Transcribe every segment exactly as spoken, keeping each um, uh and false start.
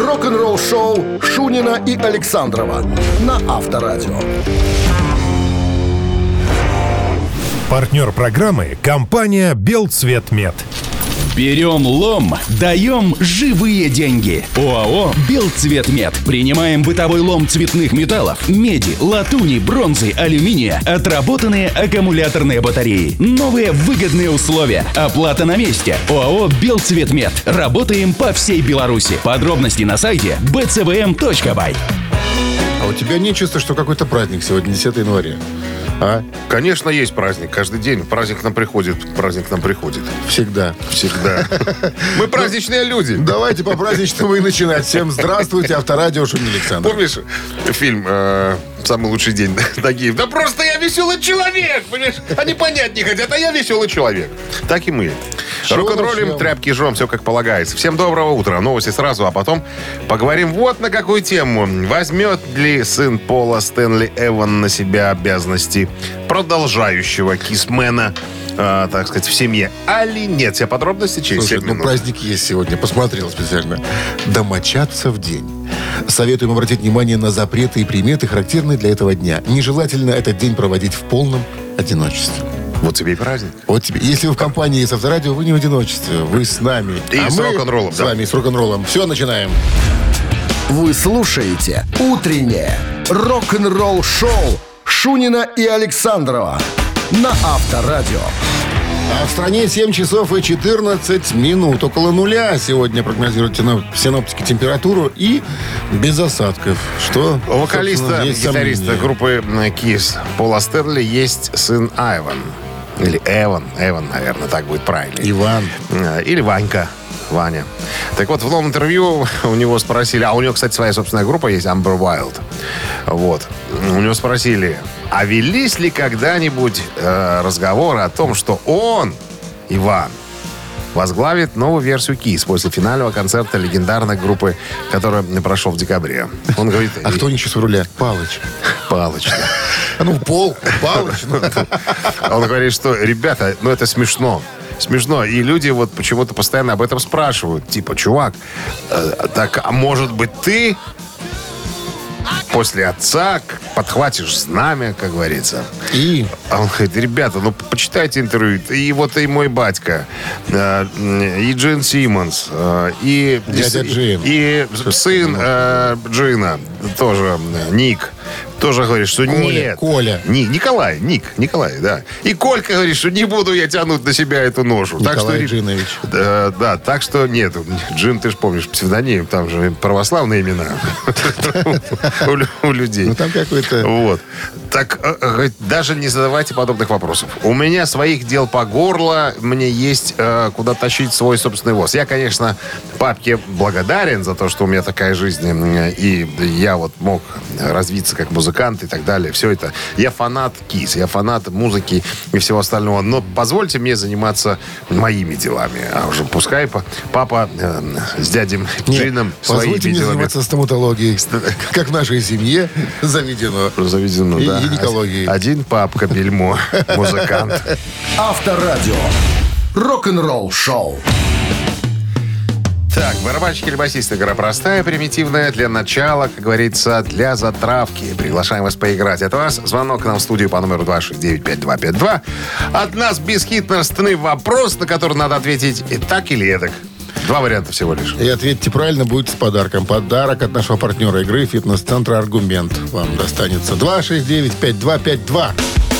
Рок-н-ролл-шоу Шунина и Александрова на Авторадио. Партнер программы – компания «Белцветмет». Берем лом, даем живые деньги. ОАО «Белцветмет». Принимаем бытовой лом цветных металлов, меди, латуни, бронзы, алюминия, отработанные аккумуляторные батареи. Новые выгодные условия. Оплата на месте. ОАО «Белцветмет». Работаем по всей Беларуси. Подробности на сайте би цэ вэ эм точка бай. А у тебя нет чувства, что какой-то праздник сегодня, десятого января? А? Конечно, есть праздник. Каждый день праздник к нам приходит. Праздник к нам приходит. Всегда. Всегда. Мы праздничные люди. Давайте по праздничному и начинать. Всем здравствуйте. Авторадио, Шунин Александр. Помнишь фильм э, «Самый лучший день» Нагиев? Да просто я веселый человек, понимаешь? Они понять не хотят, а я веселый человек. Так и мы. Рок-н-роллим, тряпки жжем, все как полагается. Всем доброго утра. Новости сразу, а потом поговорим вот на какую тему. Возьмет ли сын Пола Стэнли Эван на себя обязанности продолжающего кисмена, э, так сказать, в семье? Али нет? Все подробности через Слушай, семь ну минут. праздник есть сегодня. Посмотрел специально. Домочадцев день. Советуем обратить внимание на запреты и приметы, характерные для этого дня. Нежелательно этот день проводить в полном одиночестве. Вот тебе и праздник. Вот тебе. Если вы в компании с Авторадио, вы не в одиночестве. Вы с нами. И а с мы рок-н-роллом. С Да. вами, с рок-н-роллом. Все, начинаем. Вы слушаете «Утреннее рок-н-ролл-шоу» Шунина и Александрова на Авторадио. А в стране семь часов и четырнадцать минут. Около нуля сегодня прогнозируют синоптики температуру и без осадков. Что, У вокалиста, собственно, есть гитариста сомнения. группы Kiss Пола Стэнли есть сын Айван. Или Эван. Эван, наверное, так будет правильно. Иван. Или Ванька. Ваня. Так вот, в новом интервью у него спросили... А у него, кстати, своя собственная группа есть, Amber Wild. Вот. У него спросили, а велись ли когда-нибудь э, разговоры о том, что он, Иван, возглавит новую версию Kiss после финального концерта легендарной группы, который прошел в декабре. Он говорит... А кто у них сейчас в руле? Палыч. Палыч. А ну, Пол, Палыч. ну. Он говорит, что, ребята, ну это смешно. Смешно. И люди вот почему-то постоянно об этом спрашивают. Типа, чувак, э, так, а может быть ты после отца подхватишь знамя, как говорится? И? А он говорит, ребята, ну почитайте интервью. И вот и мой батька, э, и Джин Симмонс, э, и, Дядя Джин. и сын э, Джина, тоже э, Ник, тоже говорит, что Коля, нет. Коля. Ни, Николай, Ник, Николай, да. И Колька говорит, что не буду я тянуть на себя эту ношу. Николай так что, Джинович. Да, да, так что нет. Джин, ты же помнишь, псевдоним, там же православные имена у людей. Ну, там какой-то... Вот. Так, э, даже не задавайте подобных вопросов. У меня своих дел по горло, мне есть э, куда тащить свой собственный воз. Я, конечно, папке благодарен за то, что у меня такая жизнь, э, и я вот мог развиться как музыкант и так далее. Все это. Я фанат Kiss, я фанат музыки и всего остального. Но позвольте мне заниматься моими делами. А уже пускай папа э, с дядем Джином своими Позвольте мне делами. заниматься стоматологией, как в нашей семье заведено. Заведено, И да. гинекологией. Один папка бельмо, музыкант. Авторадио. Рок-н-ролл-шоу. Так, барабанщик или басист, игра простая, примитивная. Для начала, как говорится, для затравки. Приглашаем вас поиграть. От вас звонок к нам в студию по номеру два шесть девять пять два пять два. От нас бесхитростный вопрос, на который надо ответить и так или эдак. Два варианта всего лишь. И ответьте правильно, будет с подарком. Подарок от нашего партнера игры «Фитнес-центра Аргумент». Вам достанется два шесть девять пять два пять два.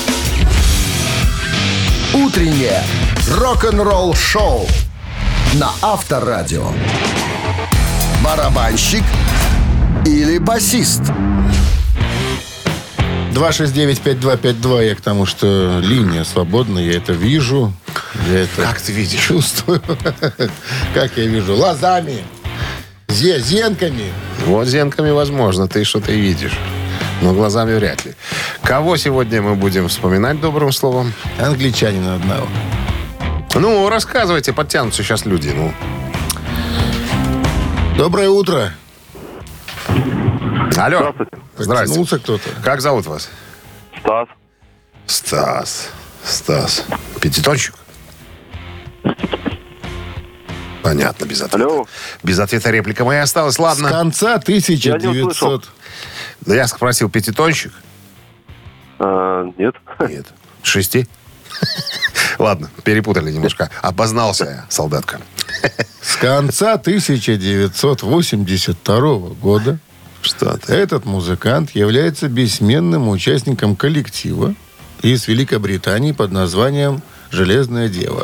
Утреннее рок-н-ролл-шоу на Авторадио. Барабанщик или басист? два шесть девять пять два пять два. Я к тому, что линия свободна, я это вижу. Я это Как ты видишь? чувствую. Как я вижу? Глазами. Зе- Зенками. Вот зенками возможно, ты что-то и видишь. Но глазами вряд ли. Кого сегодня мы будем вспоминать добрым словом? Англичанина одного. Ну, рассказывайте, подтянутся сейчас люди. Ну. Доброе утро. Алло. Здравствуйте. Подтянулся кто-то. Как зовут вас? Стас. Стас. Стас. Пятитончик? Понятно, без ответа. Алло. Без ответа реплика моя осталась. С Ладно. конца тысяча девятисотого. Да я спросил, пятитонщик? А, нет. Нет. Шести? Ладно, перепутали немножко. Обознался я, солдатка. С конца тысяча девятьсот восемьдесят второго года Что ты? этот музыкант является бессменным участником коллектива из Великобритании под названием «Железная дева».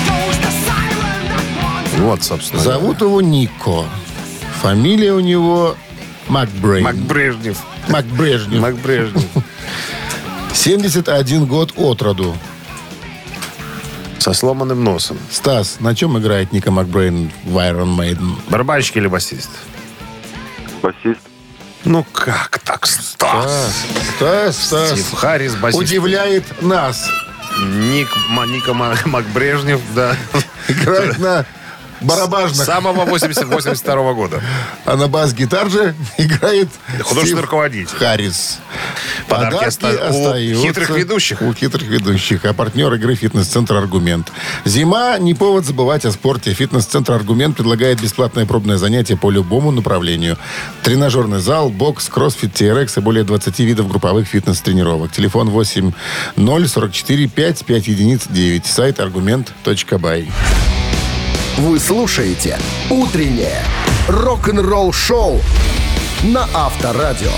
Вот, собственно. Зовут его Нико. Фамилия у него Макбрейн. Макбрежнев. Макбрежнев. Макбрежнев. семьдесят один год от роду. Со сломанным носом. Стас, на чем играет Ника Макбрейн в Iron Maiden? Барабанщик или басист? Басист. Ну как так, Стас? Стас, Стас. Стив Харрис, басист. Удивляет нас. Ник, Ма- Ника Ма- Макбрежнев, да. Играет на С барабанах. самого восемьдесят второго года. А на бас-гитарже играет Художественный Стив руководитель. Харрис. Подарки Подарки оста- у остаются хитрых ведущих. У хитрых ведущих. А партнер игры «Фитнес-центр Аргумент». Зима – не повод забывать о спорте. «Фитнес-центр Аргумент» предлагает бесплатное пробное занятие по любому направлению. Тренажерный зал, бокс, кроссфит, ти эр экс и более двадцати видов групповых фитнес-тренировок. Телефон восемь ноль сорок четыре пять пять единиц девять. Сайт аргумент точка бай. Вы слушаете «Утреннее рок-н-ролл-шоу» на Авторадио.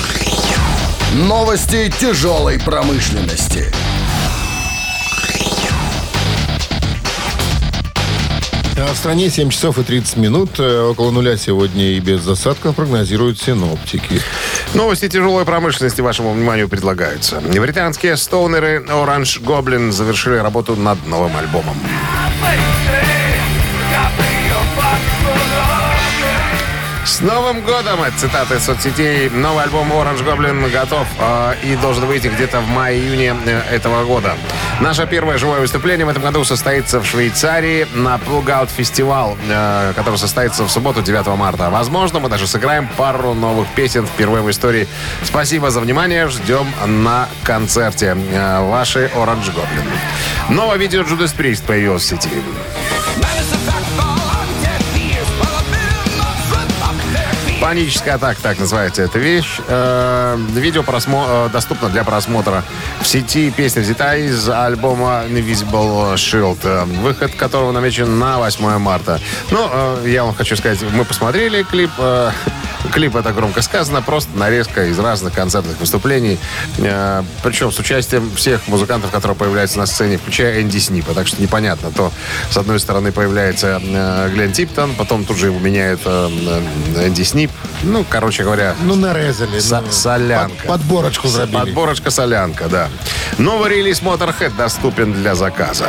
Новости тяжелой промышленности. А в стране семь часов и тридцать минут. Э, Около нуля сегодня и без засадков прогнозируют синоптики. Новости тяжелой промышленности вашему вниманию предлагаются. Британские стоунеры Orange Goblin завершили работу над новым альбомом. С Новым годом! Это цитаты из соцсетей. Новый альбом Orange Goblin готов э, и должен выйти где-то в мае-июне э, этого года. Наше первое живое выступление в этом году состоится в Швейцарии на Plug-Out фестивал, э, который состоится в субботу, девятого марта. Возможно, мы даже сыграем пару новых песен впервые в истории. Спасибо за внимание. Ждем на концерте. Э, ваши Orange Goblin. Новое видео Judas Priest появилось в сети. Паническая атака, так называется эта вещь. Э, видео просмо- э, доступно для просмотра в сети. Песня взята из альбома Invisible Shield, э, выход которого намечен на восьмое марта. Ну, э, я вам хочу сказать, мы посмотрели клип. Э, клип, это громко сказано, просто нарезка из разных концертных выступлений. Э, причем с участием всех музыкантов, которые появляются на сцене, включая Энди Снипа. Так что непонятно, то с одной стороны появляется э, Глен Типтон, потом тут же его меняет э, э, Энди Снип. Ну, короче говоря, Ну, нарезали. со- ну, солянка. под- подборочку забили. Подборочка солянка, да. Новый релиз Motorhead доступен для заказа.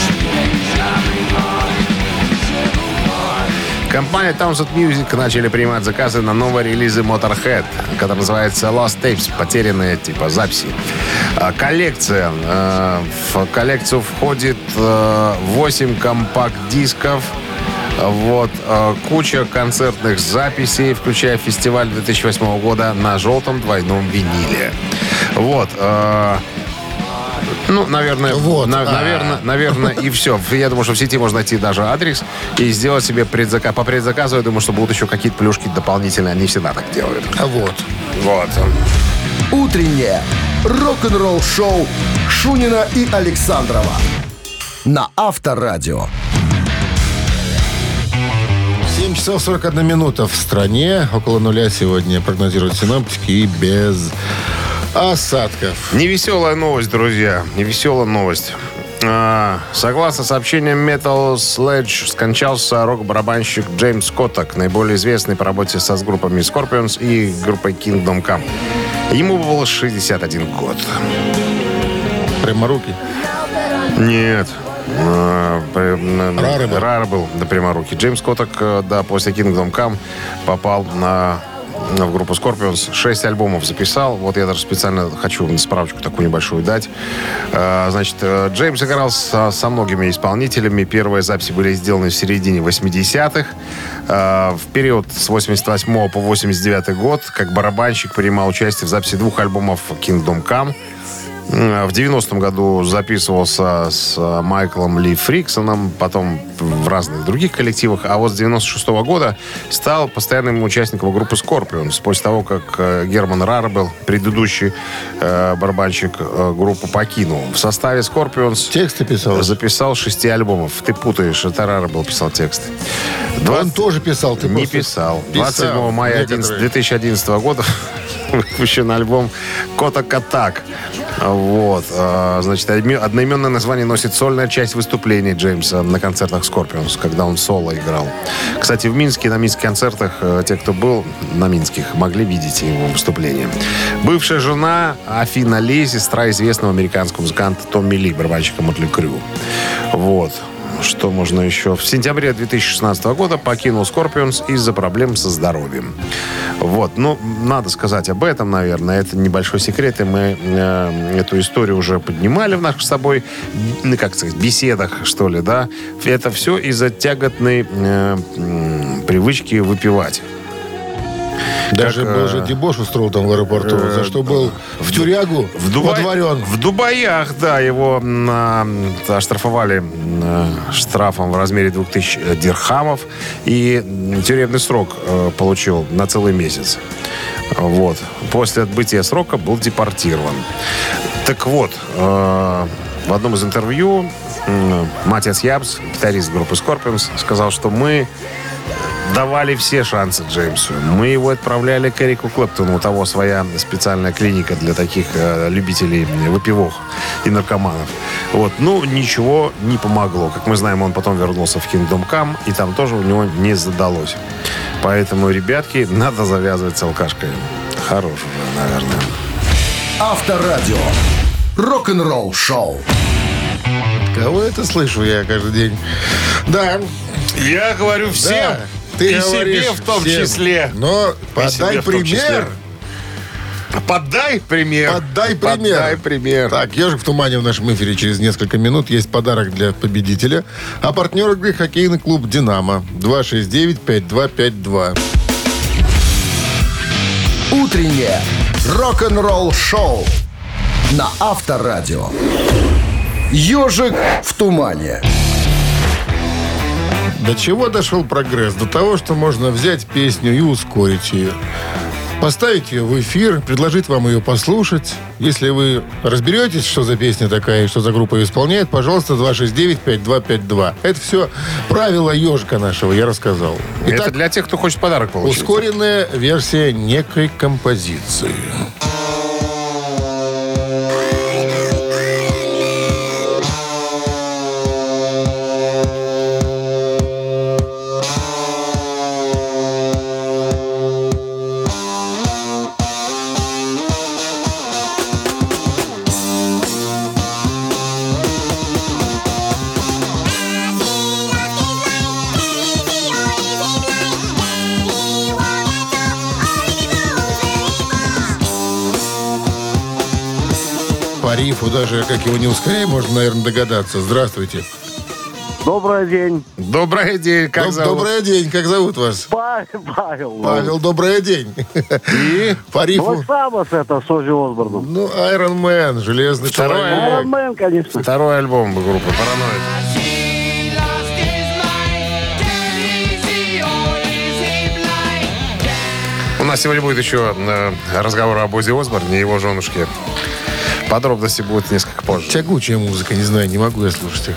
Компания Townsend Music начали принимать заказы на новые релизы Motorhead, который называется Lost Tapes, потерянные типа записи. А, Коллекция. Э, В коллекцию входит э, восемь компакт-дисков, вот, э, куча концертных записей, включая фестиваль две тысячи восьмого года на желтом двойном виниле. Вот. э, Ну, наверное, Вот, на- а. наверное, наверное, и все. Я думаю, что в сети можно найти даже адрес и сделать себе предзаказ. По предзаказу, я думаю, что будут еще какие-то плюшки дополнительные. Они всегда так делают. А вот. Вот. «Утреннее рок-н-ролл-шоу» Шунина и Александрова на Авторадио. семь часов сорок одна минута в стране. Около нуля сегодня прогнозируют синоптики и без осадков. Невеселая новость, друзья. Невеселая новость. А, согласно сообщениям Metal Sledge, скончался рок-барабанщик Джеймс Коттак, наиболее известный по работе со с группами Scorpions и группой Kingdom Come. Ему было шестьдесят один год. Прямо руки. Нет. А, при- Рары был. Рары был, да, пряморукий. Джеймс Коттак, э, да, после Kingdom Come попал на, на- в группу Scorpions. Шесть альбомов записал. Вот я даже специально хочу справочку такую небольшую дать. А, значит, э, Джеймс играл со, со многими исполнителями. Первые записи были сделаны в середине восьмидесятых. А, в период с восемьдесят восьмого по восемьдесят девятый год как барабанщик принимал участие в записи двух альбомов Kingdom Come. В девяностом году записывался с Майклом Ли Фриксоном, потом в разных других коллективах. А вот с девяносто шестого года стал постоянным участником группы Scorpions. После того, как Герман Рарбел, предыдущий э, барабанщик э, группы, покинул. В составе Scorpions Тексты писал? записал шести альбомов. Ты путаешь, это Рарбел писал тексты. двадцать... Он тоже писал, ты Не просто... писал. писал. двадцать седьмого мая две тысячи одиннадцатого года выпущен альбом «Котак Атак». Вот. Значит, одноименное название носит сольная часть выступлений Джеймса на концертах Scorpions, когда он соло играл. Кстати, в Минске, на минских концертах, те, кто был на минских, могли видеть его выступление. Бывшая жена Афина Ли, сестра известного американского музыканта Томми Ли, барабанщика Мотли Крю. Вот. Что можно еще? В сентябре две тысячи шестнадцатого года покинул Scorpions из-за проблем со здоровьем. Вот. Ну, надо сказать об этом, наверное. Это небольшой секрет, и мы э, эту историю уже поднимали в наших с собой, ну, как сказать, беседах, что ли, да. Это все из-за тяготной э, э, привычки выпивать. Даже как, был же дебош устроил там в аэропорту, э, за что был в тюрягу в Дубай, водворен. В Дубаях, да, его на, оштрафовали э, штрафом в размере двух тысяч дирхамов и тюремный срок э, получил на целый месяц. Вот. После отбытия срока был депортирован. Так вот, э, в одном из интервью э, Матиас Ябс, гитарист группы Scorpions, сказал, что мы давали все шансы Джеймсу. Мы его отправляли к Эрику Клэптону. У того своя специальная клиника для таких э, любителей выпивок и наркоманов. Вот. Ну, ничего не помогло. Как мы знаем, он потом вернулся в Kingdom Come, и там тоже у него не задалось. Поэтому, ребятки, надо завязывать с алкашкой. Хорош уже, наверное. Авторадио. Рок-н-ролл шоу. Кого это слышу я каждый день? Да. Я говорю всем. Да. Ты и говоришь себе в том всем. числе. Но И подай себе в том числе. пример. Подай пример. Подай пример. Подай пример. Так, «Ежик в тумане» в нашем эфире через несколько минут. Есть подарок для победителя. А партнер игры — хоккейный клуб «Динамо». два шесть девять пять два пять два. Утреннее рок-н-ролл шоу на Авторадио. «Ежик в тумане». До чего дошел прогресс? До того, что можно взять песню и ускорить ее. Поставить ее в эфир, предложить вам ее послушать. Если вы разберетесь, что за песня такая и что за группа ее исполняет, пожалуйста, два шесть девять пять два пять два. Это все правила ежика нашего, я рассказал. Итак, это для тех, кто хочет подарок получить. ускоренная версия некой композиции. По рифу даже, как его не ускоряй, можно, наверное, догадаться. Здравствуйте. Добрый день. Добрый день. Как Доб- зовут? Добрый день. Как зовут вас? Па- Павел. Павел, добрый день. И По рифу. Black Sabbath это с Оззи Осборном. Ну, Iron Man, железный Второй человек. Iron Man, конечно. второй альбом группы «Параноид». У нас сегодня будет еще э, разговор об Оззи Осборне и его женушке. Подробности будут несколько позже. Тягучая музыка, не знаю, не могу я слушать их.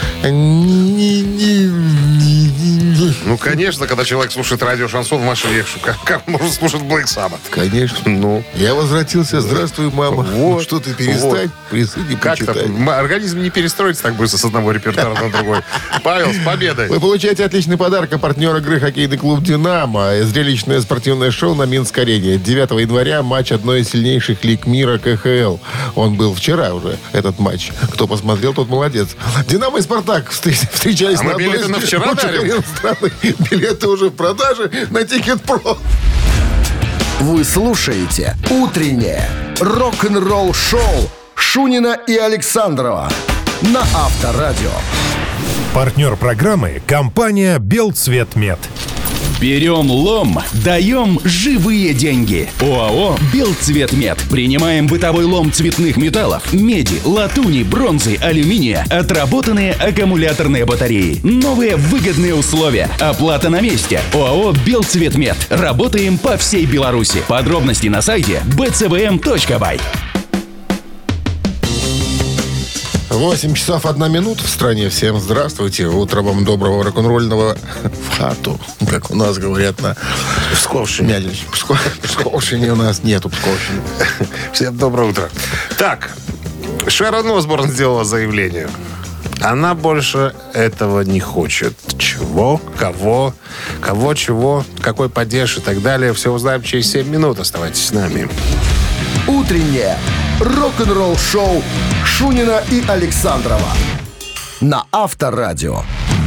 Ну, конечно, когда человек слушает радио «Шансон» в машине, как, как можно слушать Black Sabbath? Конечно. Ну, Я возвратился. Здравствуй, мама. Вот. Ну, что ты, перестань, присыди, как-то почитай. м- организм не перестроится так быстро с одного репертуара на другой. Павел, с победой! Вы получаете отличный подарок от партнера игры хоккейный клуб «Динамо». Зрелищное спортивное шоу на Минск-арене. девятого января матч одной из сильнейших лиг мира ка ха эл. Он был вчера уже, этот матч. Кто посмотрел, тот молодец. «Динамо» и «Спартак» встр- встречались А мы на одной билеты из на вчера лучших дарим? арен страны. Билеты уже в продаже на Тикет.Про. Вы слушаете «Утреннее рок-н-ролл-шоу» Шунина и Александрова на Авторадио. Партнер программы — компания «Белцветмет». Берем лом, даем живые деньги. ОАО «Белцветмет». Принимаем бытовой лом цветных металлов, меди, латуни, бронзы, алюминия, отработанные аккумуляторные батареи. Новые выгодные условия. Оплата на месте. ОАО «Белцветмет». Работаем по всей Беларуси. Подробности на сайте би цэ вэ эм точка бай. восемь часов одна минута в стране. Всем здравствуйте. Утро вам доброго рок-н-ролльного в хату, как у нас говорят на Псковщине. Псковщине у нас нету Псковщины. Всем доброе утро. Так, Шерон Осборн сделала заявление. Она больше этого не хочет. Чего? Кого? Кого? Чего? Какой падеж и так далее. Все узнаем через семь минут. Оставайтесь с нами. Утреннее рок-н-ролл-шоу Шунина и Александрова на Авторадио.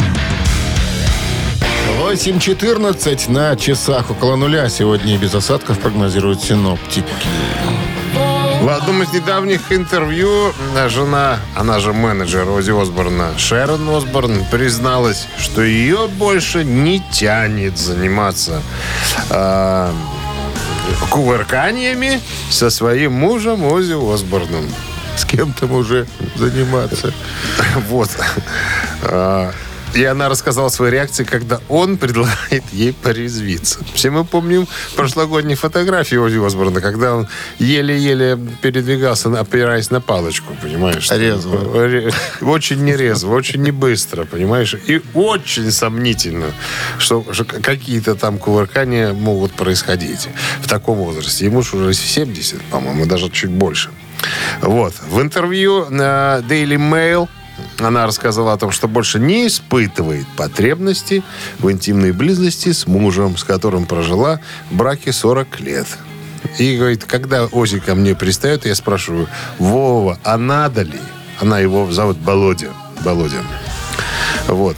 восемь четырнадцать на часах около нуля. Сегодня и без осадков прогнозируют синоптики. В одном из недавних интервью жена, она же менеджер Оззи Осборна, Шерон Осборн, призналась, что ее больше не тянет заниматься э, кувырканиями со своим мужем Оззи Осборном. С кем там уже заниматься? Вот. И она рассказала свои реакции, когда он предлагает ей порезвиться. Все мы помним прошлогодние фотографии Оззи Осборна, когда он еле-еле передвигался, опираясь на палочку, понимаешь? Резво. Очень нерезво, очень не быстро, понимаешь? И очень сомнительно, что какие-то там кувыркания могут происходить в таком возрасте. Ему же уже семьдесят, по-моему, даже чуть больше. Вот. В интервью на Daily Mail она рассказала о том, что больше не испытывает потребности в интимной близости с мужем, с которым прожила в браке сорок лет. И говорит, когда Оззи ко мне пристает, я спрашиваю: Вова, а надо ли? Она его зовут Володя. Володя. Вот.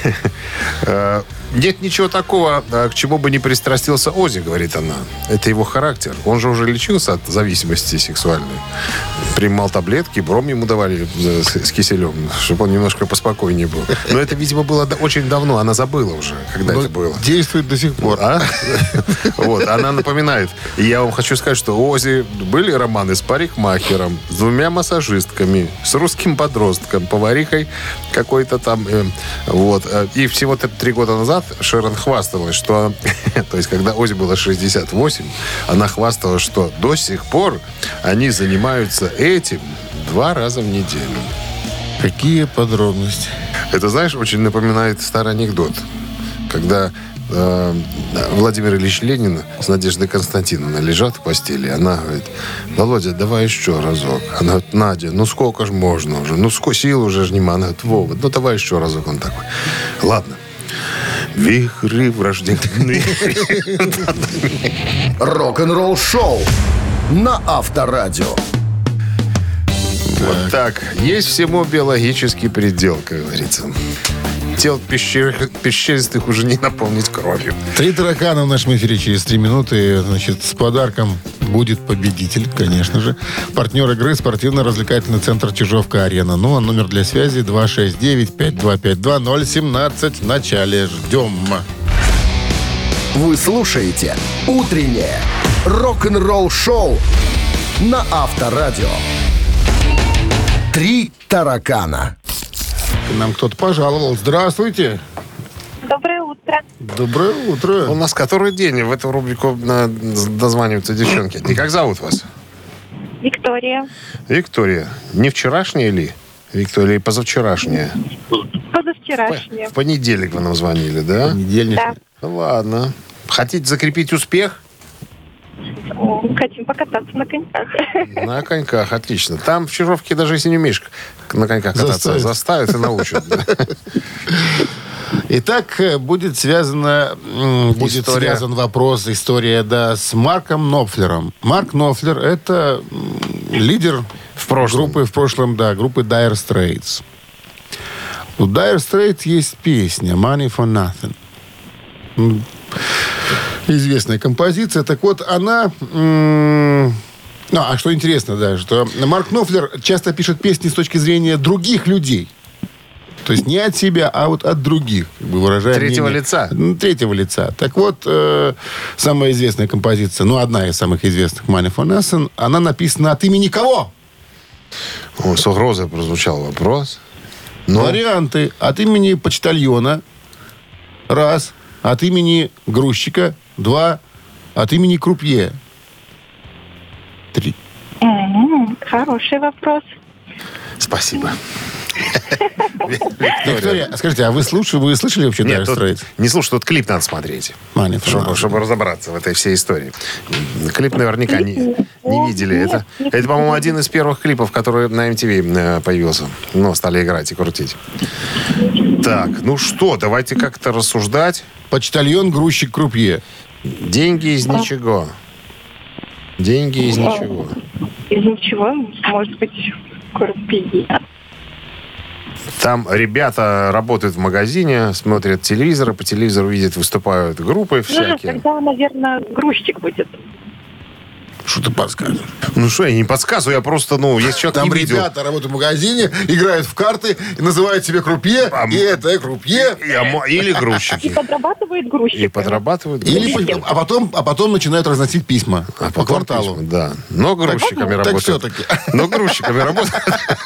Нет ничего такого, к чему бы не пристрастился Оззи, говорит она. Это его характер. Он же уже лечился от зависимости сексуальной. Принимал таблетки, бром ему давали с киселем, чтобы он немножко поспокойнее был. Но это, видимо, было очень давно. Она забыла уже, когда Но это было. Действует до сих пор. А? Вот, она напоминает. И я вам хочу сказать, что у Оззи были романы с парикмахером, с двумя массажистками, с русским подростком, поварихой какой-то там. Э, вот. И всего-то три года назад Шерон хвасталась, что... то есть, когда Оззи было шестьдесят восемь, она хвасталась, что до сих пор они занимаются этим два раза в неделю. Какие подробности? Это, знаешь, очень напоминает старый анекдот. Когда э, Владимир Ильич Ленин с Надеждой Константиновной лежат в постели. Она говорит: Володя, давай еще разок. Она говорит: Надя, ну сколько ж можно уже? Ну сколько сил уже ж нема. Она говорит: Вова, ну давай еще разок. Он такой: ладно. Вихры враждебные. Рок-н-ролл-шоу на Авторадио. Вот так. Есть всему биологический предел, как говорится. Тел пещер... пещеристых уже не наполнить кровью. Три таракана в нашем эфире через три минуты. Значит, с подарком будет победитель, конечно же. Партнер игры — спортивно-развлекательный центр Чижовка-Арена. Ну, а номер для связи два шесть девять пять два пять два ноль один семь в начале. Ждем. Вы слушаете «Утреннее рок-н-ролл-шоу» на Авторадио. Три таракана. К нам кто-то пожаловал. Здравствуйте. Доброе утро. Доброе утро. У нас который день в эту рубрику э, дозваниваются девчонки. И как зовут вас? Виктория. Виктория. Не вчерашняя ли? Виктория, или позавчерашняя? Позавчерашняя. В понедельник вы нам звонили, да? Понедельник. Да. Ладно. Хотите закрепить успех? Хотим покататься на коньках. На коньках, отлично. Там в Чижовке, даже если не умеешь на коньках кататься, Заставят. заставят и научат. Итак, будет связано, м, будет История. связан вопрос, история, да, с Марком Knopfler. Марк Knopfler — это м, лидер В прошлом. группы, в прошлом, да, группы Dire Straits. У Dire Straits есть песня «Money for Nothing». М, Известная композиция. Так вот, она... м, Ну, а что интересно, да, что Марк Knopfler часто пишет песни с точки зрения других людей. То есть не от себя, а вот от других, как бы выражая Третьего мнение. лица? Ну, Третьего лица. Так вот, э, самая известная композиция, ну, одна из самых известных, Money for Nothing, она написана от имени кого? О, с угрозой прозвучал вопрос. Ну. Варианты. От имени почтальона. Раз. От имени грузчика. Два. От имени крупье. Три. М, Хороший вопрос. Спасибо. Виктория, скажите, а вы слушали, вы слышали вообще Нет, Dire тут, Straits? не слушай, тут клип надо смотреть. Money for Чтобы, Nothing. чтобы разобраться в этой всей истории. Клип наверняка не, не видели. Это, это, по-моему, один из первых клипов, который на эм ти ви э, появился. Ну, стали играть и крутить. Так, ну что, давайте как-то рассуждать. Почтальон, грузчик, крупье. Деньги из ничего. Деньги из ничего. Из ничего, может быть, крупье. Там ребята работают в магазине, смотрят телевизор, и по телевизору видят, выступают группы Ну, всякие. тогда, наверное, грузчик будет. Что ты подсказываешь? Ну что, я не подсказываю, я просто, ну, если человек Там не видел... ребята работают в магазине, играют в карты, и называют себя крупье, А, и это крупье. И омо- Или И грузчики. подрабатывает грузчик. И подрабатывают Или, грузчики. а, потом, а потом начинают разносить письма А по потом кварталу. письма, да. Но грузчиками Так работают. все-таки. Но грузчиками работают.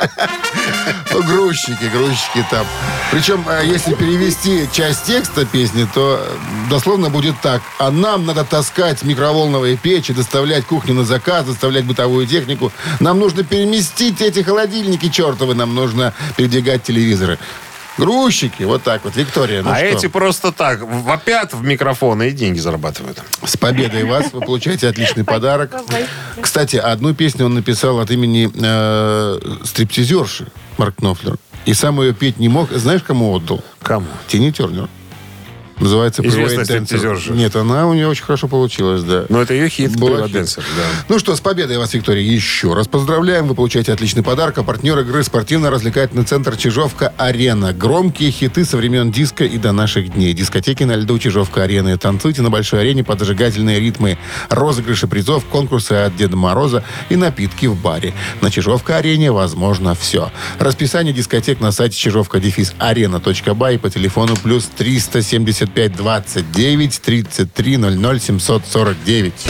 Ну, грузчики, грузчики там. Причем, э, если перевести часть текста песни, то э, дословно будет так. А нам надо таскать микроволновые печи, доставлять кухню на заказ, доставлять бытовую технику. Нам нужно переместить эти холодильники чертовы, нам нужно передвигать телевизоры. Грузчики, вот так вот. Виктория, ну А что? эти просто так вопят в микрофоны и деньги зарабатывают. С победой вас! Вы получаете отличный подарок. Давай. Кстати, одну песню он написал от имени э, стриптизерши Марк Knopfler. И сам ее петь не мог. Знаешь, кому отдал? Кому? Тини Тернер. Называется Известная Private Dancer. стриптизерша. Нет, она у нее очень хорошо получилась, да. Но это ее хит. Была Private хит. Dancer, да. Ну что, с победой вас, Виктория, еще раз поздравляем. Вы получаете отличный подарок. А партнер игры спортивно-развлекательный центр «Чижовка-Арена». Громкие хиты со времен диска и до наших дней. Дискотеки на льду «Чижовка-Арены». Танцуйте на большой арене под зажигательные ритмы. Розыгрыши призов, конкурсы от Деда Мороза и напитки в баре. На «Чижовка-Арене» возможно все. Расписание дискотек на сайте чижовка-арена точка бай по телефону плюс триста семьдесят пять двадцать девять тридцать три ноль ноль семьсот сорок девять.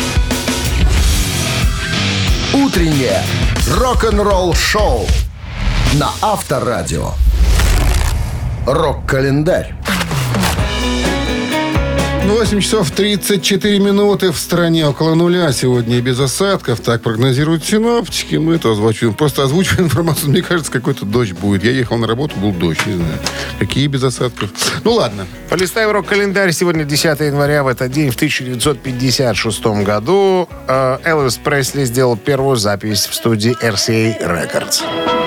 Утреннее рок-н-ролл-шоу на Авторадио. Рок-календарь. восемь часов тридцать четыре минуты в стране около нуля. Сегодня и без осадков. Так прогнозируют синоптики. Мы это озвучиваем. Просто озвучиваем информацию. Мне кажется, какой-то дождь будет. Я ехал на работу, был дождь. Не знаю. Какие без осадков. Ну ладно. Полистаем рок-календарь. Сегодня десятое января. В этот день, в тысяча девятьсот пятьдесят шестом году, э, Элвис Пресли сделал первую запись в студии эр си эй Records.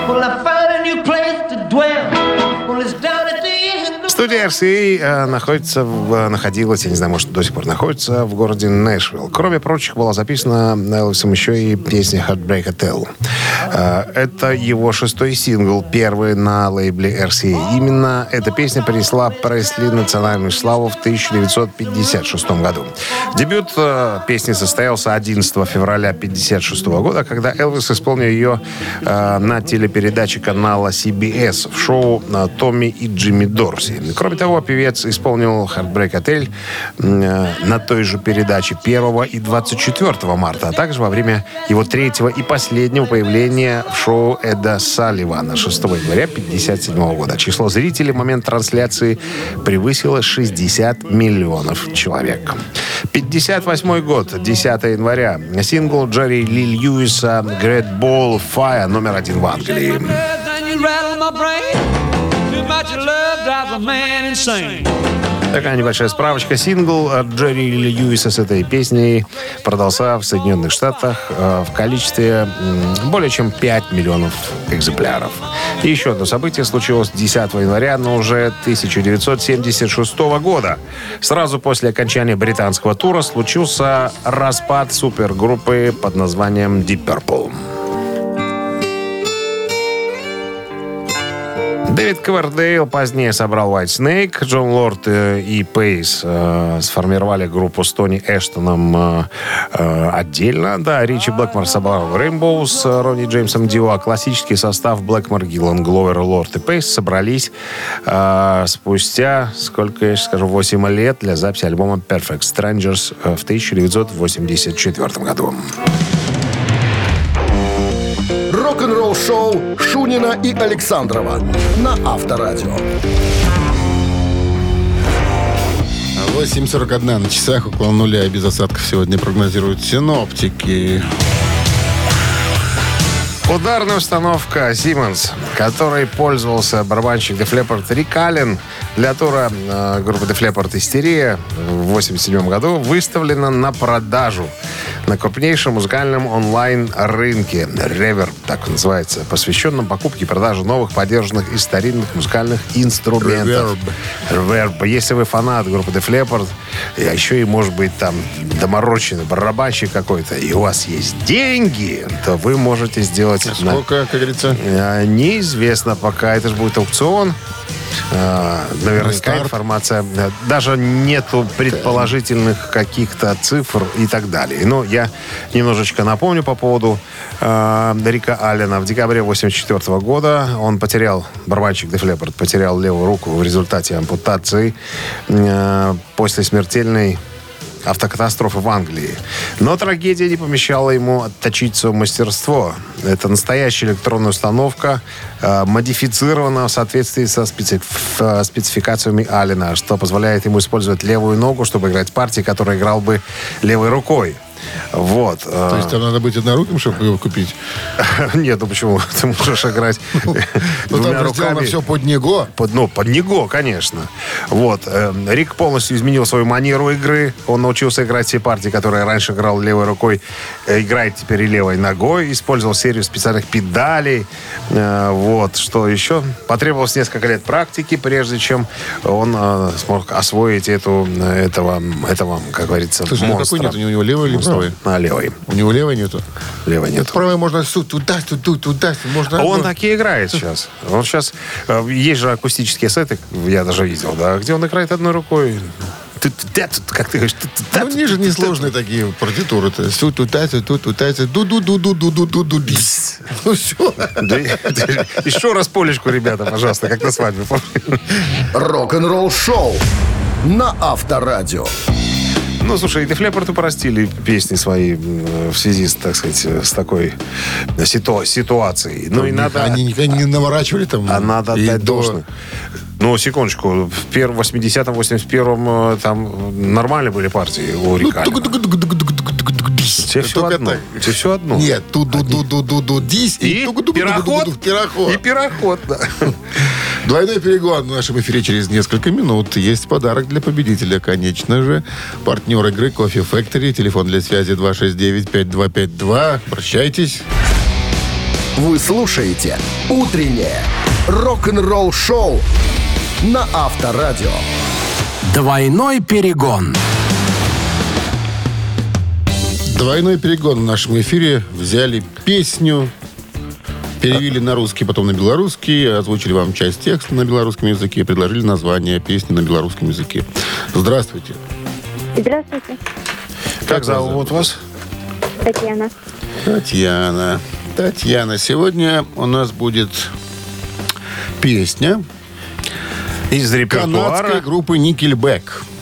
Студия эр си эй э, находится в, находилась, я не знаю, может, до сих пор находится в городе Нэшвилл. Кроме прочих, была записана Элвисом еще и песня «Heartbreak Hotel». Э, это его шестой сингл, первый на лейбле эр си эй. Именно эта песня принесла Пресли национальную славу в тысяча девятьсот пятьдесят шестом году. Дебют э, песни состоялся одиннадцатого февраля тысяча девятьсот пятьдесят шестого года, когда Элвис исполнил ее э, на телепередаче канала си би эс в шоу э, «Томми и Джимми Дорси». Кроме того, певец исполнил «Heartbreak Hotel» э, на той же передаче первого и двадцать четвёртого марта, а также во время его третьего и последнего появления в шоу Эда Салливана шестого января тысяча девятьсот пятьдесят седьмого года. Число зрителей в момент трансляции превысило шестьдесят миллионов человек. пятьдесят восьмой год, десятое января. Сингл Джерри Ли Льюиса «Great Ball of Fire» номер один в Англии. Такая небольшая справочка. Сингл Джерри Ли Льюиса с этой песней продался в Соединенных Штатах в количестве более чем пять миллионов экземпляров. И еще одно событие случилось десятого января, но уже тысяча девятьсот семьдесят шестого года. Сразу после окончания британского тура случился распад супергруппы под названием Deep Purple. Дэвид Ковердейл позднее собрал White Snake. Джон Лорд и Пейс э, сформировали группу с Тони Эштоном э, э, отдельно. Да, Ричи Блэкмор собрал Rainbow с Ронни Джеймсом Дио. А классический состав Блэкмор, Гиллан, Гловер, Лорд и Пейс собрались э, спустя, сколько я сейчас скажу, восемь лет для записи альбома Perfect Strangers в тысяча девятьсот восемьдесят четвёртом году. Рок-н-ролл-шоу Шунина и Александрова на Авторадио. восемь сорок один на часах, около нуля, без осадков сегодня прогнозируют синоптики. Ударная установка Siemens, которой пользовался барабанщик Def Leppard Рик Аллен для тура э, группы Def Leppard «Истерия» в восемьдесят седьмом году, выставлена на продажу на крупнейшем музыкальном онлайн-рынке Reverb, так он называется, посвященном покупке и продаже новых, подержанных и старинных музыкальных инструментов. Reverb. Reverb. Если вы фанат группы Def Leppard, а еще и, может быть, там доморощенный барабанщик какой-то, и у вас есть деньги, то вы можете сделать... Сколько, на... как говорится? Неизвестно пока. Это же будет аукцион. Наверняка информация. Даже нету предположительных каких-то цифр и так далее. Но я немножечко напомню по поводу э, Рика Аллена. В декабре восемьдесят четвёртого года он потерял, барабанщик Def Leppard, потерял левую руку в результате ампутации э, после смертельной автокатастрофы в Англии. Но трагедия не помешала ему отточить свое мастерство. Это настоящая электронная установка, э, модифицирована в соответствии со специ... спецификациями Аллена, что позволяет ему использовать левую ногу, чтобы играть партии, которые играл бы левой рукой. Вот. То есть там надо быть одноруким, чтобы его купить? Нет, ну почему? Ты можешь играть ну там же сделано все под него. Под, ну, под него, конечно. Вот. Рик полностью изменил свою манеру игры. Он научился играть все партии, которые раньше играл левой рукой. Играет теперь и левой ногой. Использовал серию специальных педалей. Вот. Что еще? Потребовалось несколько лет практики, прежде чем он смог освоить эту, этого, этого, как говорится, слушай, монстра. Ну какой нет у него, левый или правый? А, левой. У него левой нету? Левой нету. Правой можно туда, туда, туда. Можно... Он так и играет сейчас. Он сейчас... Есть же акустические сеты, я даже видел, да, где он играет одной рукой. Как ты говоришь? Ну, они же несложные такие партитуры-то. Ду-ду-ду-ду-ду-ду-ду-ду-ду-ду-ду. Ну, все. Еще раз полечку, ребята, пожалуйста, как на свадьбе. Рок-н-ролл-шоу на Авторадио. Ну, слушай, Def Leppard упростили песни свои в связи, с, так сказать, с такой ситу- ситуацией. Ну, и надо... Они никогда не наворачивали там. А надо отдать до... должное. Ну, секундочку. В первом восьмидесятом, восемьдесят первом там нормальные были партии у Рика. Тебе все одно. Тебе все одно. Нет, ту-ду-ду-ду-ду-ду дись и пироход. И пироход, да. Двойной перегон в нашем эфире через несколько минут. Есть подарок для победителя, конечно же. Партнер игры Coffee Factory. Телефон для связи два шесть девять пять два пять два. Прощайтесь. Вы слушаете «Утреннее рок-н-ролл-шоу» на Авторадио. Двойной перегон. Двойной перегон в нашем эфире. Взяли песню, перевели на русский, потом на белорусский, озвучили вам часть текста на белорусском языке, предложили название песни на белорусском языке. Здравствуйте. Здравствуйте. Как, как зовут вас? Татьяна. Татьяна. Татьяна. Сегодня у нас будет песня из репертуара канадской группы Nickelback.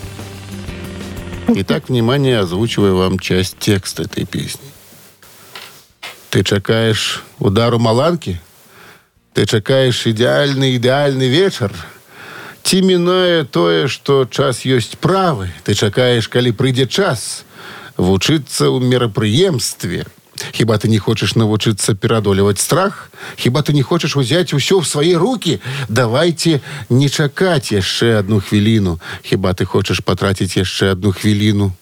Итак, внимание, озвучиваю вам часть текста этой песни. Ты чекаешь удару маланки? Ты чекаешь ідеальний, ідеальний вечер? Ці мінає тое, што час ёсць правы. Ты чакаеш, калі прыйдзе час вучыцца ў мерапрыемстве. Хіба ты не хочаш навучыцца перадолеваць страх? Хіба ты не хочаш узяць усё ў свае рукі? Давайте не чакаць яшчэ одну хвіліну. Хіба ты хочаш патраціць яшчэ одну хвіліну?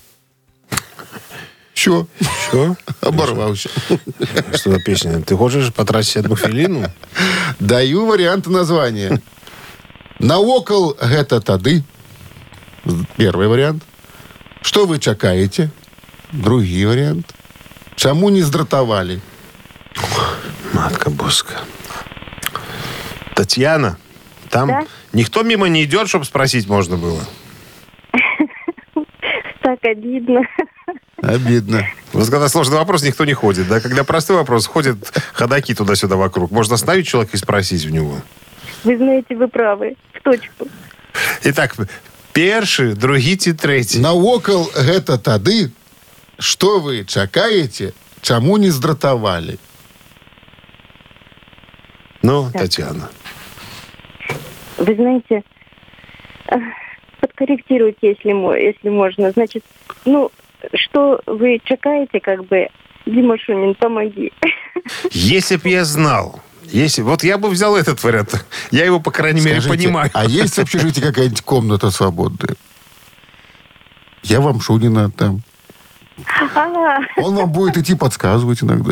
Що? Що? Оборвался. Что за песня? Ты хочешь потратить одну хвилину? Даю варианты названия. Навокал гэта тады. Первый вариант. Что вы чакаете? Другий вариант. Чаму не здратавали? Матка боска. Татьяна, там Да? никто мимо не идет, чтобы спросить можно было? Так обидно. Обидно. Вот когда сложный вопрос, никто не ходит, да? Когда простой вопрос, ходят ходаки туда-сюда вокруг. Можно остановить человека и спросить у него. Вы знаете, вы правы. В точку. Итак, першы, другі ці трэці. Навокал гэта тады, што вы чакаеце, чаму не здратавалі? Ну, Так. Татьяна. Вы знаете, э, подкорректируйте, если, мо- если можно. Значит, ну, что вы чекаете, как бы, Дима Шунин, помоги. Если б я знал, если, вот я бы взял этот вариант. Я его, по крайней мере, Скажите, понимаю. а есть в общежитии какая-нибудь комната свободная? Я вам Шунина отдам. А, Он вам будет идти подсказывать иногда.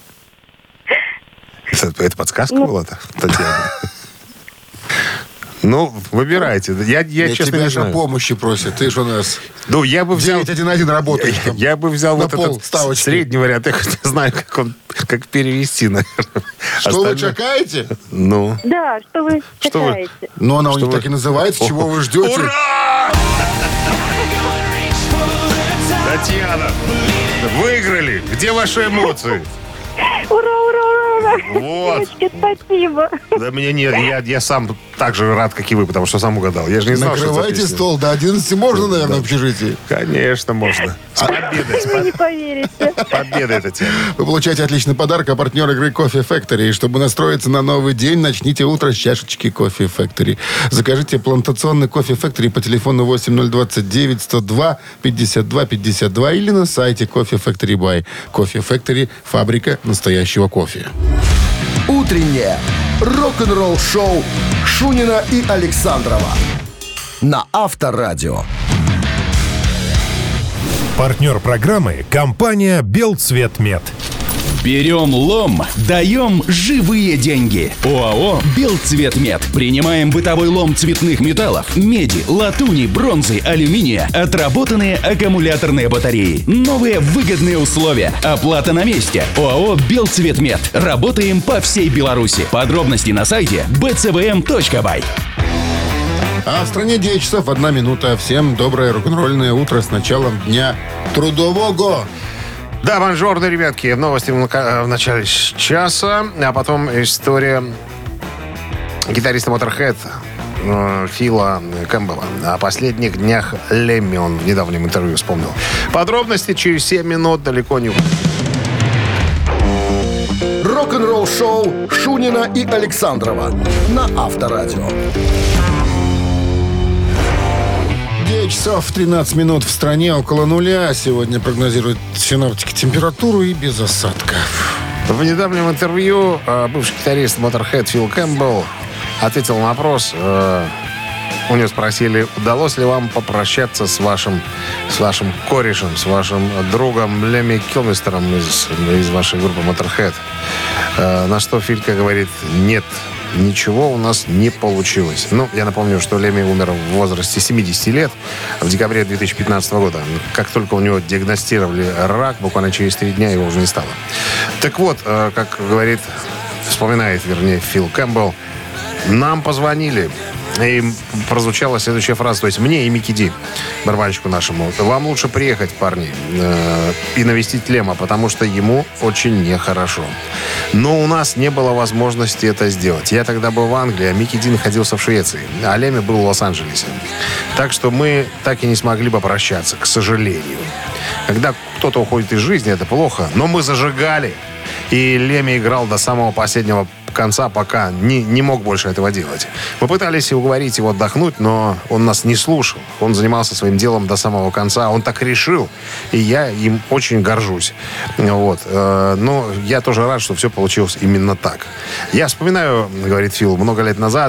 Это, это подсказка Ну. была-то, Татьяна? Ну, выбирайте. Я, я Я честно, тебя не же знаю. помощи просит. Ты же у нас Ну, я бы взял... девять один один работаешь. там. Я бы взял на вот пол этот ставочки. средний вариант. Я хоть не знаю, как он, как перевести, наверное. Что вы Остальное- чекаете? Ну. да, что вы Что вы- чекаете? Ну, она у Что них вы- так и называется. Чего вы ждете? Ура! Татьяна, выиграли. Где ваши эмоции? Ура, ура, ура, ура! Вот. Девочки, спасибо. Да мне нет, я, я сам так же рад, как и вы, потому что сам угадал. Я же не знал, что это за Накрывайте песня. стол. До одиннадцати можно, наверное, в общежитии? Конечно, можно. С победой, с Вы не поверите. по- победой, Татьяна. Вы получаете отличный подарок, а партнер игры Coffee Factory. И чтобы настроиться на новый день, начните утро с чашечки Coffee Factory. Закажите плантационный Coffee Factory по телефону восемь ноль двадцать девять сто два пятьдесят два пятьдесят два или на сайте Coffee Factory by. Coffee Factory – фабрика настоящего кофе. Утреннее рок-н-ролл-шоу Шунина и Александрова на Авторадио. Партнер программы – компания «Белцветмет». Берем лом, даем живые деньги. ОАО «Белцветмет». Принимаем бытовой лом цветных металлов, меди, латуни, бронзы, алюминия, отработанные аккумуляторные батареи. Новые выгодные условия. Оплата на месте. ОАО «Белцветмет». Работаем по всей Беларуси. Подробности на сайте би цэ вэ эм точка бай. А в стране девять часов одна минута. Всем доброе рок-н-ролльное утро с началом дня трудового. Да, бонжорно, ребятки. Новости в нака- в начале часа, а потом история гитариста Motorhead э, Фила Кэмпбелла. О последних днях Лемми он в недавнем интервью вспомнил. Подробности через семь минут, далеко не... Рок-н-ролл-шоу Шунина и Александрова на Авторадио. девять часов тринадцать минут в стране, около нуля. Сегодня прогнозируют синоптики температуру и без осадков. В недавнем интервью э, бывший гитарист Motorhead Фил Кэмпбелл ответил на вопрос. э, У него спросили, удалось ли вам попрощаться с вашим, с вашим корешем, с вашим другом Лемми Килмистером из, из вашей группы Motorhead. Э, на что Филька говорит, нет, ничего у нас не получилось. Ну, я напомню, что Лемми умер в возрасте семидесяти лет в декабре две тысячи пятнадцатого года. Как только у него диагностировали рак, буквально через три дня его уже не стало. Так вот, э, как говорит, вспоминает, вернее, Фил Кэмпбелл, нам позвонили, и прозвучала следующая фраза, то есть мне и Микки Ди, барабанщику нашему, вам лучше приехать, парни, э, и навестить Лема, потому что ему очень нехорошо. Но у нас не было возможности это сделать. Я тогда был в Англии, а Микки Ди находился в Швеции, а Леми был в Лос-Анджелесе. Так что мы так и не смогли попрощаться, к сожалению. Когда кто-то уходит из жизни, это плохо, но мы зажигали. И Леми играл до самого последнего конца, пока не, не мог больше этого делать. Мы пытались уговорить его отдохнуть, но он нас не слушал. Он занимался своим делом до самого конца. Он так решил, и я им очень горжусь. Вот. Но я тоже рад, что все получилось именно так. Я вспоминаю, говорит Фил, много лет назад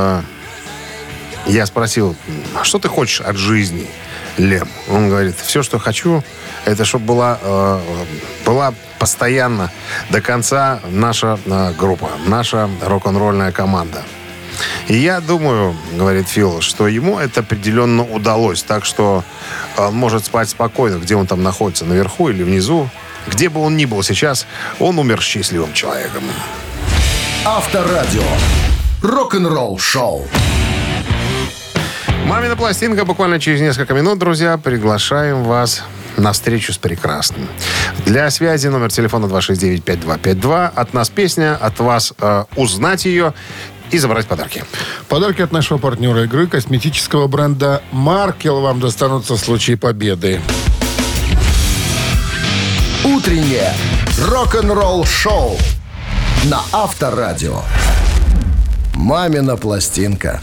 я спросил, что ты хочешь от жизни, Лем? Он говорит, все, что хочу, это чтобы была, э, была постоянно до конца наша э, группа, наша рок-н-ролльная команда. И я думаю, говорит Фил, что ему это определенно удалось. Так что он может спать спокойно, где он там находится, наверху или внизу. Где бы он ни был сейчас, он умер счастливым человеком. Авторадио. Рок-н-ролл шоу. «Мамина пластинка» буквально через несколько минут, друзья. Приглашаем вас на встречу с прекрасным. Для связи номер телефона два шесть девять пять два пять два. От нас песня, от вас э, узнать ее и забрать подарки. Подарки от нашего партнера игры, косметического бренда «Маркел», вам достанутся в случае победы. Утреннее рок-н-ролл шоу на Авторадио. «Мамина пластинка».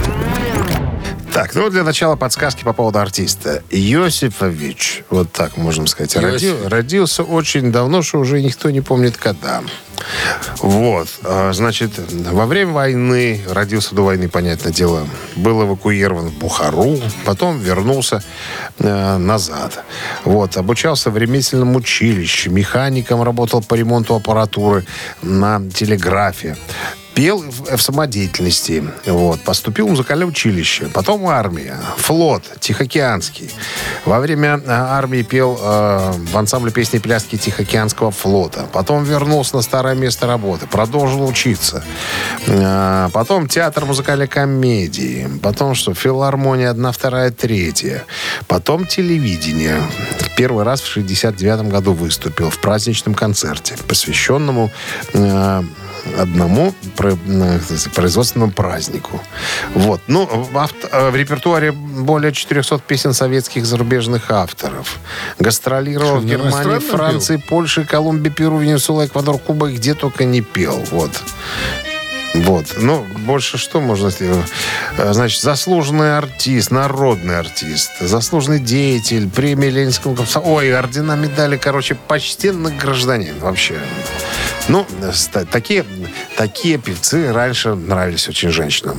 Так, ну для начала подсказки по поводу артиста. Йосифович, вот так можем сказать, роди, родился очень давно, что уже никто не помнит когда. Вот, значит, во время войны, родился до войны, понятное дело, был эвакуирован в Бухару, потом вернулся э, назад. Вот, обучался в ремесленном училище, механиком работал по ремонту аппаратуры на телеграфе. Пел в, в самодеятельности. Вот. Поступил в музыкальное училище. Потом армия. Флот. Тихоокеанский. Во время армии пел э, в ансамбле песни и пляски Тихоокеанского флота. Потом вернулся на старое место работы. Продолжил учиться. Э, потом театр музыкальной комедии. Потом что? Филармония одна, вторая, третья. Потом телевидение. Первый раз в шестьдесят девятом году выступил в праздничном концерте, посвященному э, одному производственному празднику. Вот. Ну, в, авто, в репертуаре более четырехсот песен советских зарубежных авторов. Гастролировал в Германии, Франции, пел? Польше, Колумбии, Перу, Венесуэле, Эквадор, Куба, где только не пел. Вот. Вот. Ну, больше что можно сделать? Значит, заслуженный артист, народный артист, заслуженный деятель, премия Ленинского комсомола. Ой, ордена, медали, короче, почтенный гражданин вообще. Ну, такие, такие певцы раньше нравились очень женщинам.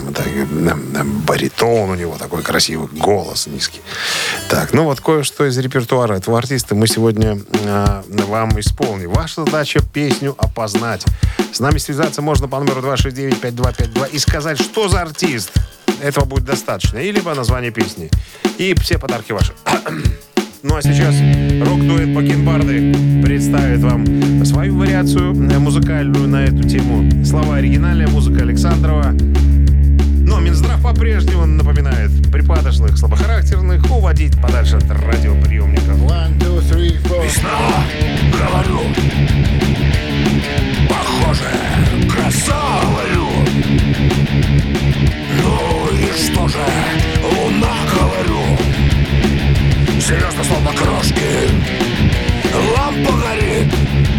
Баритон у него, такой красивый голос низкий. Так, ну вот кое-что из репертуара этого артиста мы сегодня э, вам исполним. Ваша задача — песню опознать. С нами связаться можно по номеру два шесть девять пять два пять два и сказать, что за артист. Этого будет достаточно. И либо название песни. И все подарки ваши. Ну а сейчас рок-дуэт Бакенбарды представит вам свою вариацию музыкальную на эту тему. Слова оригинальная, музыка Александрова. Но Минздрав по-прежнему напоминает припадочных, слабохарактерных уводить подальше от радиоприемников. One, two, three, four. Весна, говорю. Похоже, краса, говорю. Ну и что же, луна, говорю. Серьезно, словно крошки. Лампа горит.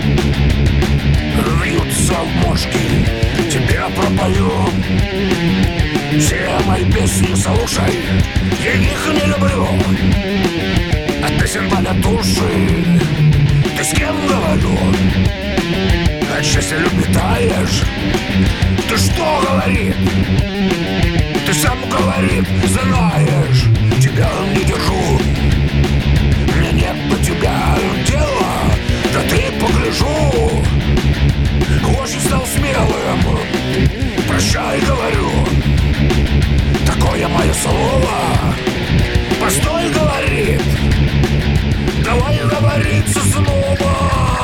Вьются мошки. Тебя пропою. Все мои песни слушай. Я их не люблю. От песен болят души. Ты с кем, говорю? От счастья любви таешь. Ты что, говорит? Ты сам, говорит, знаешь. Тебя не держу. Мне нет до тебя дела. Да ты погляжу. Очень стал смелым. Прощай, говорю. Такое мое слово. Постой, говорит. Давай говориться снова.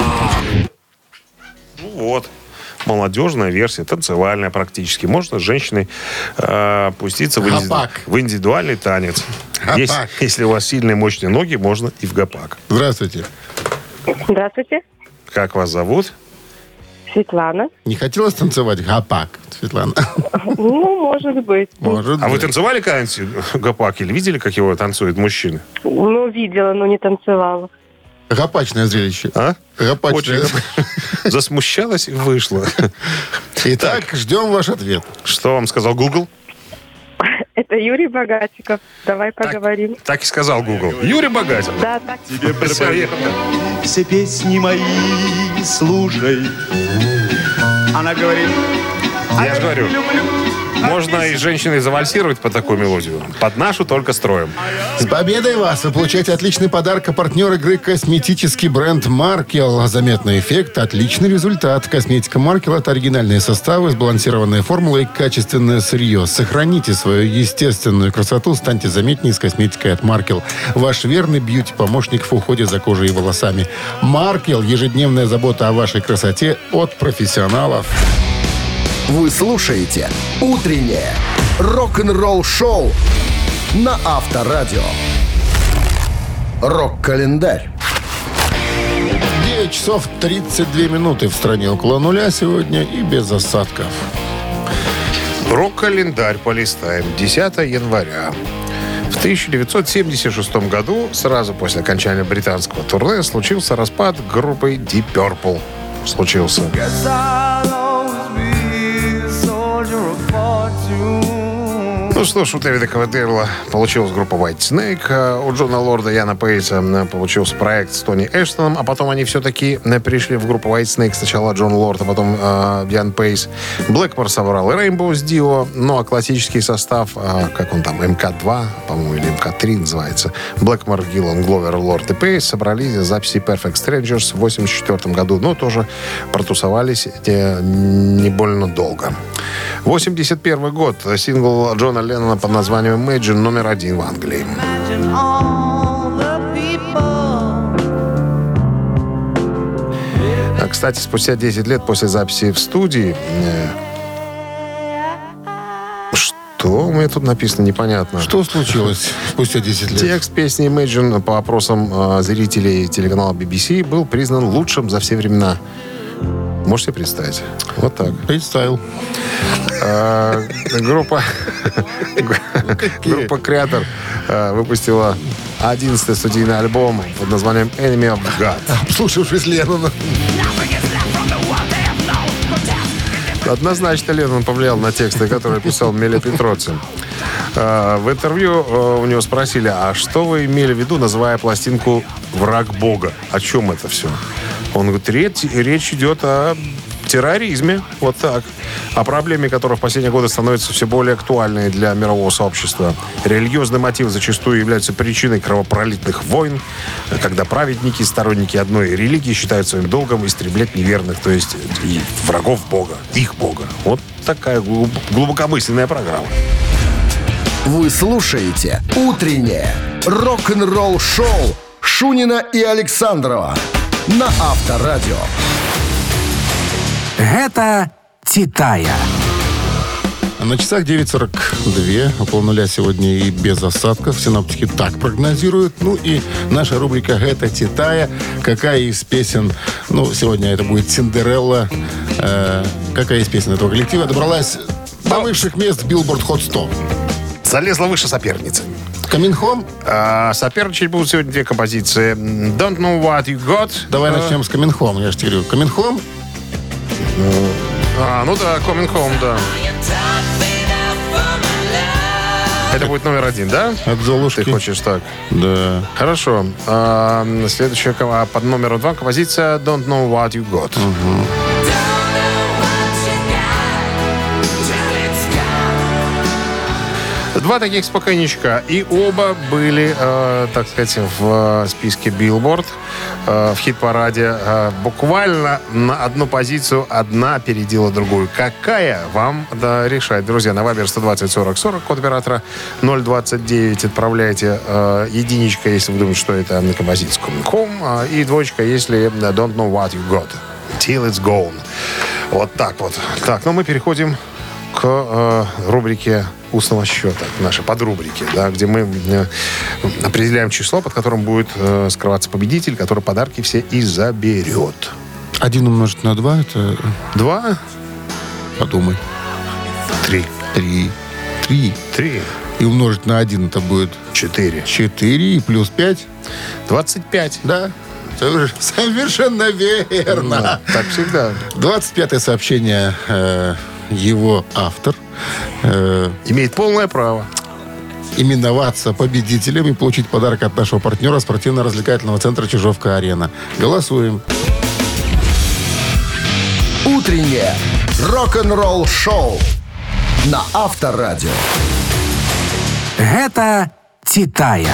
Ну вот. Молодежная версия, танцевальная практически. Можно с женщиной э, пуститься в, инди... в индивидуальный танец. Если, если у вас сильные, мощные ноги, можно и в гопак. Здравствуйте. Здравствуйте. Как вас зовут? Светлана. Не хотелось танцевать гопак, Светлана? Ну, может быть. Может а быть. вы танцевали когда-нибудь гопак? Или видели, как его танцуют мужчины? Ну, видела, но не танцевала. Гопачное зрелище. А? Гопачное. Очень засмущалась и вышла. Итак, ждем ваш ответ. Что вам сказал Google? Это Юрий Богатиков. Давай поговорим. Так, так и сказал Google. Юрий Богатиков. Да, так. Тебе пропоем все песни мои, слушай. Она говорит... Я же говорю, можно и женщиной завальсировать под такую мелодию. Под нашу только строим. С победой вас! Вы получаете отличный подарок. А партнер игры — косметический бренд «Маркел». Заметный эффект, отличный результат. Косметика «Маркел» — это оригинальные составы, сбалансированные формулы и качественное сырье. Сохраните свою естественную красоту, станьте заметнее с косметикой от «Маркел». Ваш верный бьюти-помощник в уходе за кожей и волосами. «Маркел» — ежедневная забота о вашей красоте от профессионалов. Вы слушаете «Утреннее рок-н-ролл-шоу» на Авторадио. Рок-календарь. девять часов тридцать две минуты в стране около нуля сегодня и без осадков. Рок-календарь полистаем. десятого января. В тысяча девятьсот семьдесят шестом году, сразу после окончания британского турне, случился распад группы Deep Purple. Случился. Ну что ж, у Дэвида Ковердейла получилась группа White Snake, а у Джона Лорда и Яна Пейса получился проект с Тони Эштоном, а потом они все-таки пришли в группу White Snake. Сначала Джон Лорд, а потом э, Ян Пейс. Блэкмор собрал и Rainbows Dio, ну а классический состав, э, как он там, эм ка два, по-моему, или эм ка три называется, Блэкмор, Гиллан, Гловер, Лорд и Пейс собрались в записи Perfect Strangers в восемьдесят четвёртом году, но тоже протусовались э, не больно долго. восемьдесят первый год. Сингл Джона Леннона под названием Imagine номер один в Англии. А, кстати, спустя десять лет после записи в студии... Что у меня тут написано, непонятно. Что случилось спустя десять лет? Текст песни Imagine по опросам э, зрителей телеканала би би си был признан лучшим за все времена. Можете представить? Вот так. Представил. А, группа группа Creator а, выпустила одиннадцатый студийный альбом под названием Enemy of God. Обслушавшись Леннона. Однозначно Леннон повлиял на тексты, которые писал Меле Петроци. А, в интервью а, у него спросили, а что вы имели в виду, называя пластинку «Враг Бога»? О чем это все? Он говорит, речь, речь идет о терроризме, вот так. О проблеме, которая в последние годы становится все более актуальной для мирового сообщества. Религиозный мотив зачастую является причиной кровопролитных войн, когда праведники, сторонники одной религии считают своим долгом истреблять неверных, то есть и врагов Бога, их Бога. Вот такая глубокомысленная программа. Вы слушаете «Утреннее рок-н-ролл-шоу» Шунина и Александрова на Авторадио. Гэта «Титая». На часах девять сорок два, около нуля сегодня и без осадков. Синоптики так прогнозируют. Ну и наша рубрика «Это Титая». Какая из песен, ну, сегодня это будет «Синдерелла», э, какая из песен этого коллектива добралась до высших мест в Billboard Hot сто? Залезла выше соперницы. Coming Home? А, соперничать будут сегодня две композиции. Don't Know What You Got. Давай uh, начнем с Coming Home. Я же тебе говорю, Coming Home? А, ну да, Coming Home, да. Это будет номер один, да? От Золушки. Ты хочешь так? Да. Хорошо. А, следующая под номером два композиция Don't Know What You Got. Угу. Два таких спокойничка. И оба были, э, так сказать, в списке Billboard, э, в хит-параде. Э, буквально на одну позицию одна опередила другую. Какая, вам да, решать. Друзья, на Вайбер сто двадцать сорок сорок, код оператора ноль двадцать девять. Отправляйте э, единичка, если вы думаете, что это на композиция Coming Home, э, и двоечка, если Don't Know What You Got. Till It's Gone. Вот так вот. Так, ну мы переходим к э, рубрике устного счета, нашей подрубрики, да, где мы э, определяем число, под которым будет э, скрываться победитель, который подарки все и заберет. Один умножить на два, это... Два? Подумай. Три. Три. Три. Три. И умножить на один, это будет... Четыре. Четыре и плюс пять. Двадцать пять. Да. Совершенно верно. Да, так всегда. двадцать пятое сообщение. Э, его автор э, имеет полное право именоваться победителем и получить подарок от нашего партнера спортивно-развлекательного центра «Чижовка-Арена». Голосуем. Утреннее рок-н-ролл-шоу на Авторадио. Гэта «Титая».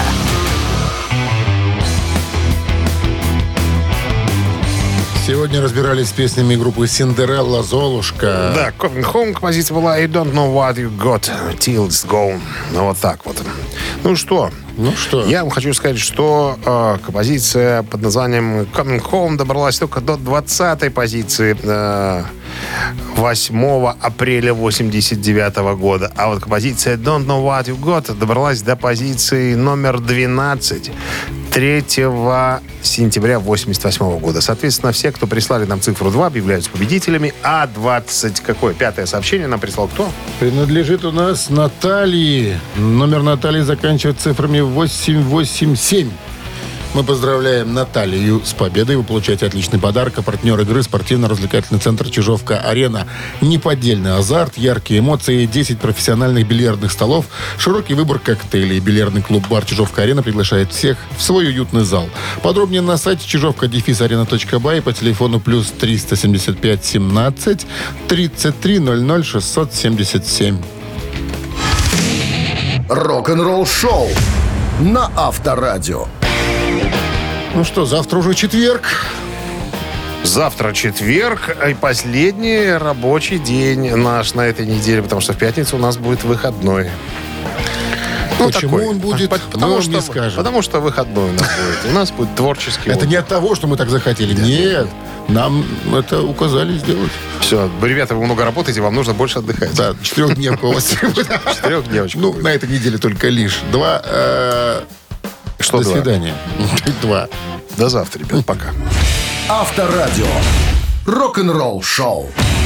Сегодня разбирались с песнями группы «Синдерелла», «Золушка». Да, Coming Home композиция была «I don't know what you got till it's gone». Ну, вот так вот. Ну что, Ну что? Я вам хочу сказать, что э, композиция под названием Coming Home добралась только до двадцатой позиции э, восьмого апреля восемьдесят девятого года. А вот композиция Don't Know What You Got добралась до позиции номер двенадцать третьего сентября восемьдесят восьмого года. Соответственно, все, кто прислали нам цифру два, объявляются победителями. А двадцать какое? Пятое сообщение нам прислал кто? Принадлежит у нас Наталье. Номер Натальи заканчивается цифрами восемь восемь семь. Мы поздравляем Наталью с победой. Вы получаете отличный подарок. А партнер игры — спортивно-развлекательный центр «Чижовка-Арена». Неподдельный азарт, яркие эмоции, десять профессиональных бильярдных столов, широкий выбор коктейлей. Бильярдный клуб-бар «Чижовка-Арена» приглашает всех в свой уютный зал. Подробнее на сайте чижовка арена точка бай по телефону плюс триста семьдесят пять семнадцать тридцать три ноль ноль шестьсот семьдесят семь. Рок-н-ролл шоу на Авторадио. Ну что, завтра уже четверг. Завтра четверг и последний рабочий день наш на этой неделе, потому что в пятницу у нас будет выходной. Ну, Почему такой. он будет? По- Потому, Мы что, вам не скажем. потому что выходной у нас будет. У нас будет творческий Это отдых. не от того, что мы так захотели. Нет. Нам это указали сделать. Все, ребята, вы много работаете, вам нужно больше отдыхать. Да, четырехдневка у вас. Четырехдневочка. Ну, на этой неделе только лишь. Два. э, Что До два? свидания. Два. До завтра, ребят, пока. Авторадио. Рок-н-ролл шоу.